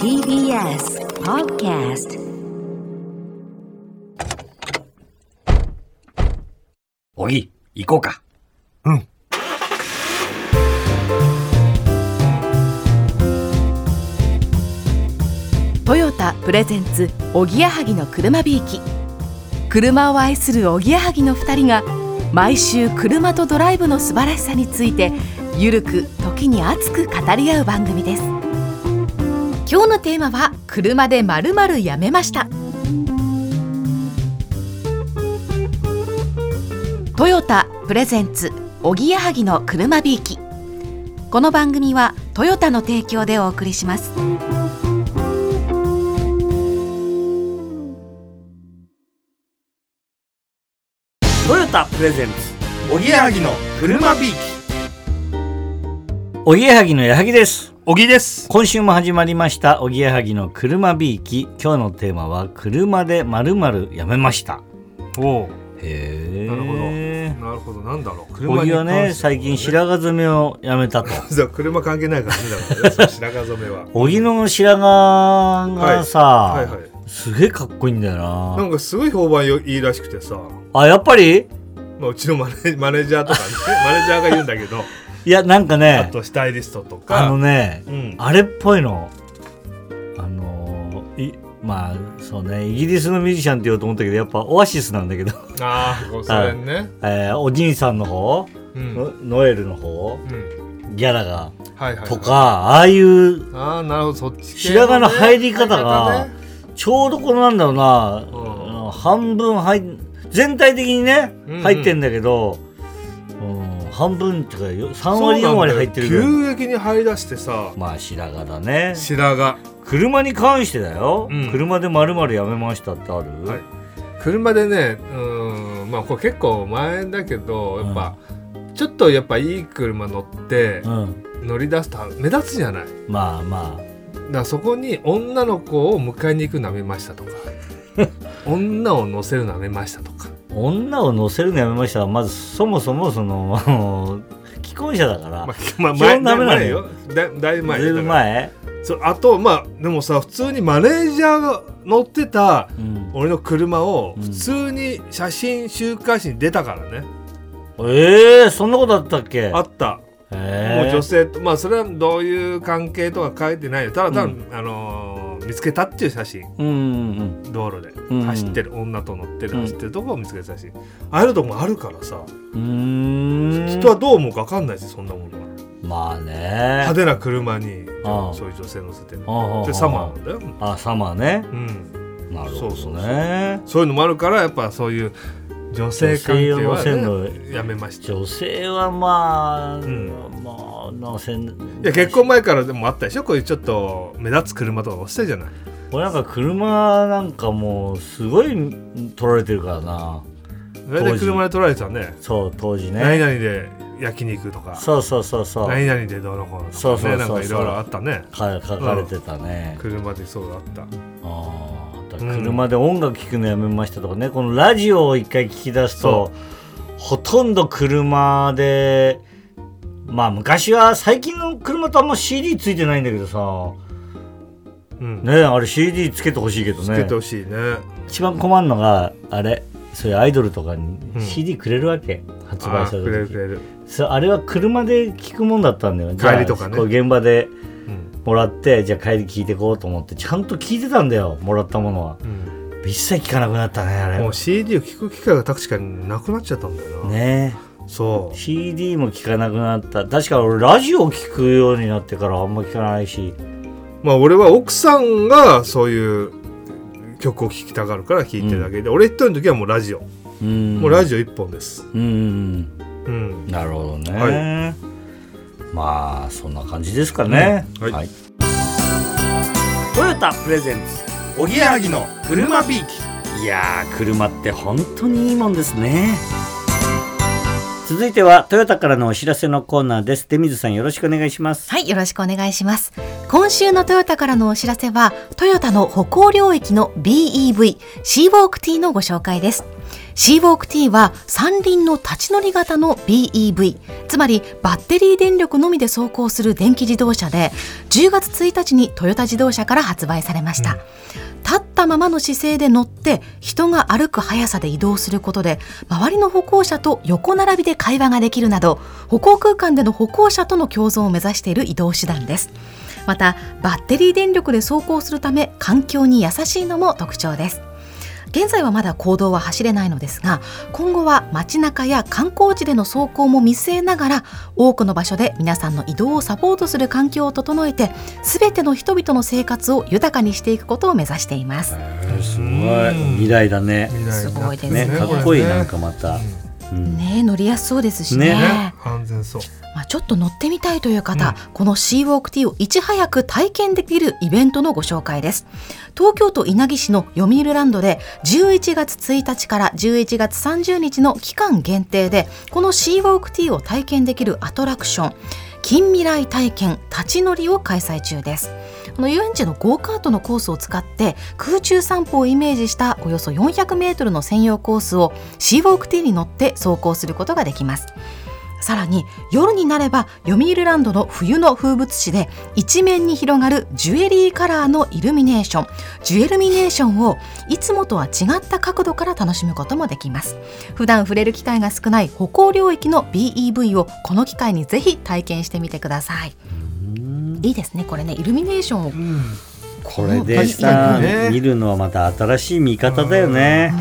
TBS Podcast。 おぎ、行こうか。 うん。 トヨタプレゼンツおぎやはぎの車びいき。車を愛するおぎやはぎの2人が毎週車とドライブの素晴らしさについてゆるく時に熱く語り合う番組です。今日のテーマは車で〇〇やめました。トヨタプレゼンツおぎやはぎの車びいき。この番組はトヨタの提供でお送りします。 トヨタプレゼンツおぎやはぎの車びいき。 おぎやはぎのやはぎです。 おぎです。 今週も始まりましたおぎやはぎの車びいき。今日のテーマは車で〇〇やめました。 おう、 へなるほどなるほど。なんだろう、車おぎはね、最近白髪染めをやめたと。 車関係ないからね、だからね白髪染めはおぎの白髪がさ、 はいはいはい、 すげえかっこいいんだよな。 なんかすごい評判いいらしくてさ。 あ、やっぱり、 まあ、うちのマネージャーとかねマネージャーが言うんだけどいや、なんかね、 あとスタイリストとかうん、あれっぽいの。まあそうね、イギリスのミュージシャンって言おうと思ったけど、やっぱオアシスなんだけどああ、それねおじいさんの方、 うん、 ノエルの方、 うん、 ギャラが、 はいはいはい、 とか、ああいうなるほど、そっち系のね、 白髪の入り方が、ちょうどこのなんだろうな、 うん、 半分全体的にね、 うんうん、 入ってんだけど、半分っていうか3割4割入ってるぐらい。 急激に入り出してさ。 まあ白髪だね。 白髪。 車に関してだよ、 うん、 車で〇〇やめましたってある、 はい、車でね、まあこれ結構前だけど、やっぱ、ちょっとやっぱいい車乗って、乗り出すと目立つじゃない。 まあまあ、 だからそこに女の子を迎えに行くのやめましたとか女を乗せるのやめましたとか。 女を乗せるのやめましたは、まずそもそもその既婚者だから、 前よ、だいぶ前。 ずいぶん前。 あと、まあでもさ、普通にマネージャーが乗ってた俺の車を普通に写真週刊誌に出たからね。 そんなことあったっけ。あった。もう女性と、まあそれはどういう関係とか書いてないよ。ただ、見つけたっていう写真、道路で走ってる、女と乗ってる、走ってるとこを見つけた写真、ああいうとこもあるからさ、人はどう思うか分かんないし、そんなものは。まあね、派手な車にそういう女性乗せてるで、サマーなんだよ。 サマーね。なるほどね。 そういうのもあるから、やっぱそういう女性関係は、やめました。 女性はまあ、 いや、結婚前からでもあったでしょ、こういうちょっと目立つ車とか押したじゃない。 俺なんか車なんかもうすごい取られてるからな。 大体車で取られてたね。 そう、当時ね。 何々で焼肉とか、 そう何々でどうのこうのとかね、なんかいろいろあったね。書かれてたね。 車でそうだった。 車で音楽聴くのやめましたとかね。このラジオを一回聞き出すと、ほとんど車で、まあ昔は、最近の車とあんま CD ついてないんだけどさ、ね、あれ CD つけてほしいけどね。 つけてほしいね。 一番困るのがあれ、そういうアイドルとかに CD くれるわけ、発売される時。くれる。あれは車で聴くもんだったんだよ。 帰りとかね。 こう現場でもらって、じゃあ帰り聴いてこうと思ってちゃんと聴いてたんだよ、もらったものは。一切聴かなくなったね、あれ。 もう CD を聴く機会が確かになくなっちゃったんだよな。 ね。 そう。 CD も聴かなくなった。確か俺ラジオを聴くようになってからあんま聴かないし。 まあ俺は奥さんがそういう曲を聴きたがるから聴いてるだけで、俺一人の時はもうラジオ。もうラジオ一本です。 なるほどね。まあそんな感じですかね。はい。トヨタプレゼンツおぎやはぎの車びいき。 いやー、車って本当にいいもんですね。続いてはトヨタからのお知らせのコーナーです。出水さん、よろしくお願いします。 はい、よろしくお願いします。今週のトヨタからのお知らせは、トヨタの歩行領域の BEV シーウォーク T のご紹介です。 シーウォーク T は三輪の立ち乗り型の BEV、 つまりバッテリー電力のみで走行する電気自動車で、10月1日にトヨタ自動車から発売されました。立ったままの姿勢で乗って人が歩く速さで移動することで、周りの歩行者と横並びで会話ができるなど、歩行空間での歩行者との共存を目指している移動手段です。またバッテリー電力で走行するため環境に優しいのも特徴です。現在はまだ公道は走れないのですが、今後は街中や観光地での走行も見据えながら、多くの場所で皆さんの移動をサポートする環境を整えて、全ての人々の生活を豊かにしていくことを目指しています。 すごい未来だね。 すごいですね。 かっこいい。なんかまた、 乗りやすそうですしね。 安全そう。 ちょっと乗ってみたいという方、このシーウォーク T をいち早く体験できるイベントのご紹介です。東京都稲城市のよみうりランドで11月1日から11月30日の期間限定で、このシーウォーク T を体験できるアトラクション、近未来体験立ち乗りを開催中です。この遊園地のゴーカートのコースを使って空中散歩をイメージしたおよそ400メートルの専用コースをシーウォーク T に乗って走行することができます。さらに夜になればよみうりランドの冬の風物詩で一面に広がるジュエリーカラーのイルミネーション、ジュエルミネーションをいつもとは違った角度から楽しむこともできます。普段触れる機会が少ない歩行領域の BEV をこの機会にぜひ体験してみてください。いいですね、これね、イルミネーションを、 これでさ、見るのはまた新しい見方だよね。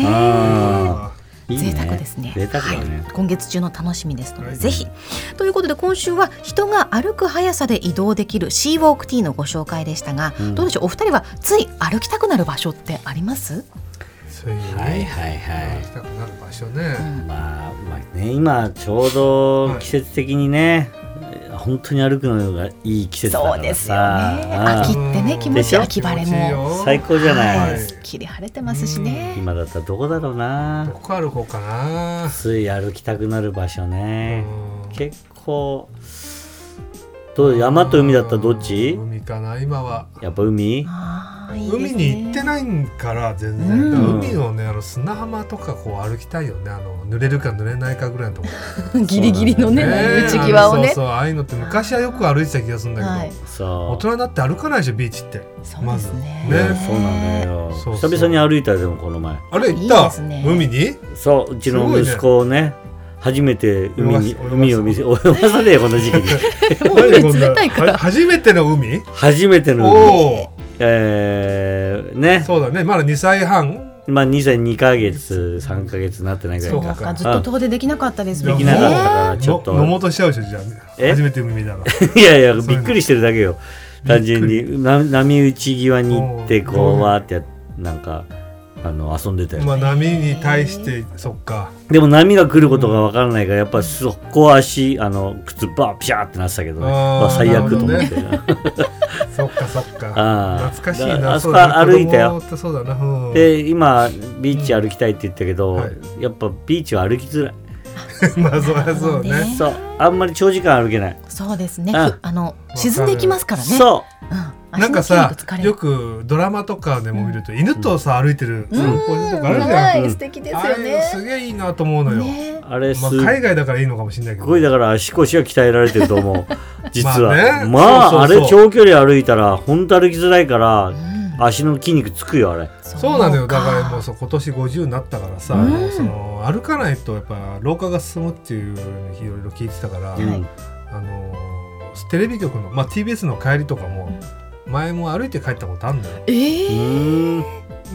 贅沢ですね。 贅沢だね。 今月中の楽しみですので、ぜひ。ということで今週は人が歩く速さで移動できるシーウォーク T のご紹介でしたが、どうでしょう、お二人はつい歩きたくなる場所ってあります？ はいはいはい。 歩きたくなる場所ね。 まあね、今ちょうど季節的にね、本当に歩くのがいい季節だからさ。そうですよね。秋ってね、気持ちいい。秋晴れも最高じゃない。 すっきり晴れてますしね。 今だったらどこだろうな。 どこ歩こうかな。 つい歩きたくなる場所ね。結構山と海だったらどっち？ 海かな今は。 やっぱ海？ 海に行ってないから全然。海のね、砂浜とかこう歩きたいよね。濡れるか濡れないかぐらいのところ。 ギリギリのね、内際をね。 そう、ああいうのって昔はよく歩いてた気がするんだけど、大人になって歩かないでしょビーチって。 そうですね。 そうなのよ。久々に歩いたでもこの前。 あれ行った？海に？ そう、うちの息子をね。初めて海を見せ、泳がさねえこの時期に。 冷たいから。 初めての海？ 初めての海。ね。 そうだね。まだ2歳半。 2歳2ヶ月3ヶ月なってないぐらいか。 ずっと遠出できなかったですもんね。 できなかったからちょっと。 飲もうとしちゃうでしょじゃあ。初めて海だろ。 いやいやびっくりしてるだけよ。単純に波打ち際に行ってこうわーってなんか。遊んでたよ、 波に対してそっか。 でも波が来ることが分からないからやっぱりそこ足靴バーピシャーってなってたけど、最悪と思って、 そっかそっか。懐かしいな。 あそこ歩いたよ。 そうだな。 で今ビーチ歩きたいって言ったけど、やっぱビーチは歩きづらい。 まあそりゃそうね。 そうあんまり長時間歩けない。 そうですね。沈んでいきますからね。 そう。 なんかさ、よくドラマとかでも見ると犬とさ歩いてる散歩とかあるじゃん。 素敵ですよね。 すげえいいなと思うのよ。 あれ海外だからいいのかもしれないけど。 すごいだから足腰が鍛えられてると思う。実はあれ長距離歩いたら本当歩きづらいから足の筋肉つくよあれ。 そうなのよ。だからもう今年50になったからさ、歩かないとやっぱ老化が進むっていうのをいろいろ聞いてたから、テレビ局のTBS の帰りとかも。前も歩いて帰ったことあるんだよ。ね、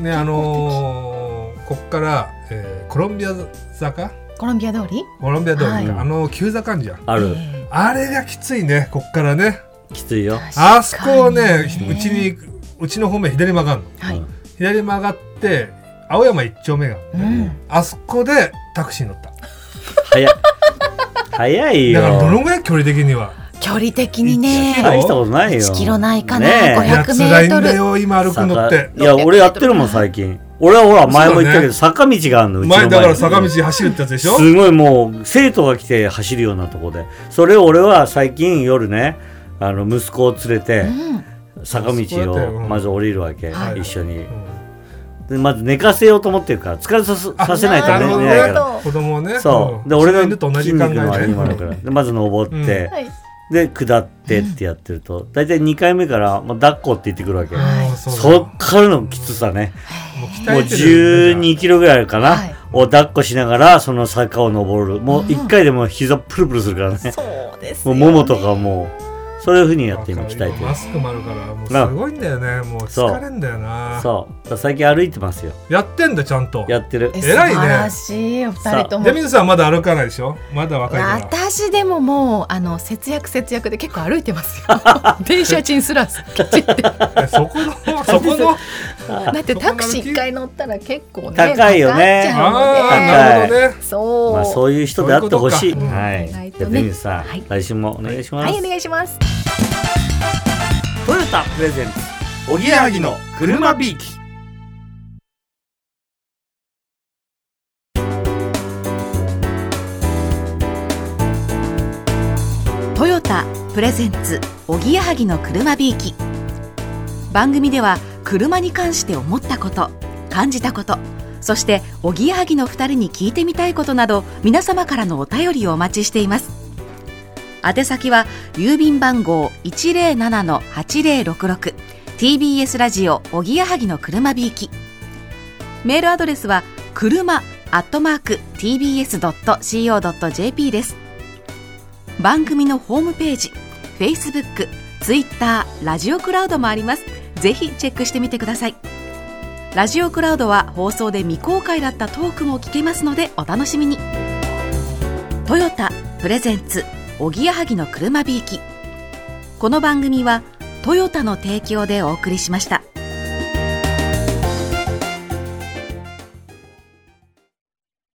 こっから、コロンビア坂？ コロンビア通り？ コロンビア通りか、急坂あんじゃん。 ある。 あれがきついね、こっからね。 きついよ。 あそこをね、うちの方面左曲がるの。左曲がって青山一丁目が、あそこでタクシー乗った。 早いよ。 だからどのぐらい距離的には？ 距離的にね、 大したことないよ。 1キロないかな、500メートル。 今歩くのって。 いや、俺やってるもん最近。俺はほら前も言ったけど坂道があるの。 前だから坂道走るってやつでしょ。 すごいもう生徒が来て走るようなとこで、それを俺は最近夜ね、息子を連れて坂道をまず降りるわけ、一緒に。 でまず寝かせようと思ってるから疲れさせないと寝ないから、 子供をね、 そうで俺の筋肉のね、 今だからでまず登って、で下ってってやってるとだいたい2回目から抱っこって言ってくるわけ、そっからのきつさね、もう12キロぐらいかな、を抱っこしながらその坂を登る。もう1回でも膝プルプルするからね、 そうですよね、 もうももとかもうそういう風にやって今鍛えてる。 マスクもあるからもうすごいんだよね。もう疲れんだよな。 そう最近歩いてますよ。 やってんだ、ちゃんとやってる。 偉いね。 素晴らしいお二人とも。 ジャミンさんはまだ歩かないでしょ。まだ若いから。 私でももう節約で結構歩いてますよ電車賃すらきちってそこのだってタクシー1回乗ったら結構ね高いよね。 なるほどね。 そう、 そういう人であってほしい。はい。じゃあジャミンさん、来週もお願いします。 はい、お願いします。 トヨタプレゼンツおぎやはぎの車ビーキ。 トヨタプレゼンツおぎやはぎの車ビーキ。番組では車に関して思ったこと、感じたこと、そしておぎやはぎの2人に聞いてみたいことなど皆様からのお便りをお待ちしています。宛先は郵便番号 107-8066 TBS ラジオおぎやはぎの車びいき。メールアドレスは車@tbs.co.jp です。番組のホームページ、Facebook、Twitter、ラジオクラウドもあります。ぜひチェックしてみてください。ラジオクラウドは放送で未公開だったトークも聞けますのでお楽しみに。トヨタプレゼンツおぎやはぎの車びいき。この番組はトヨタの提供でお送りしました。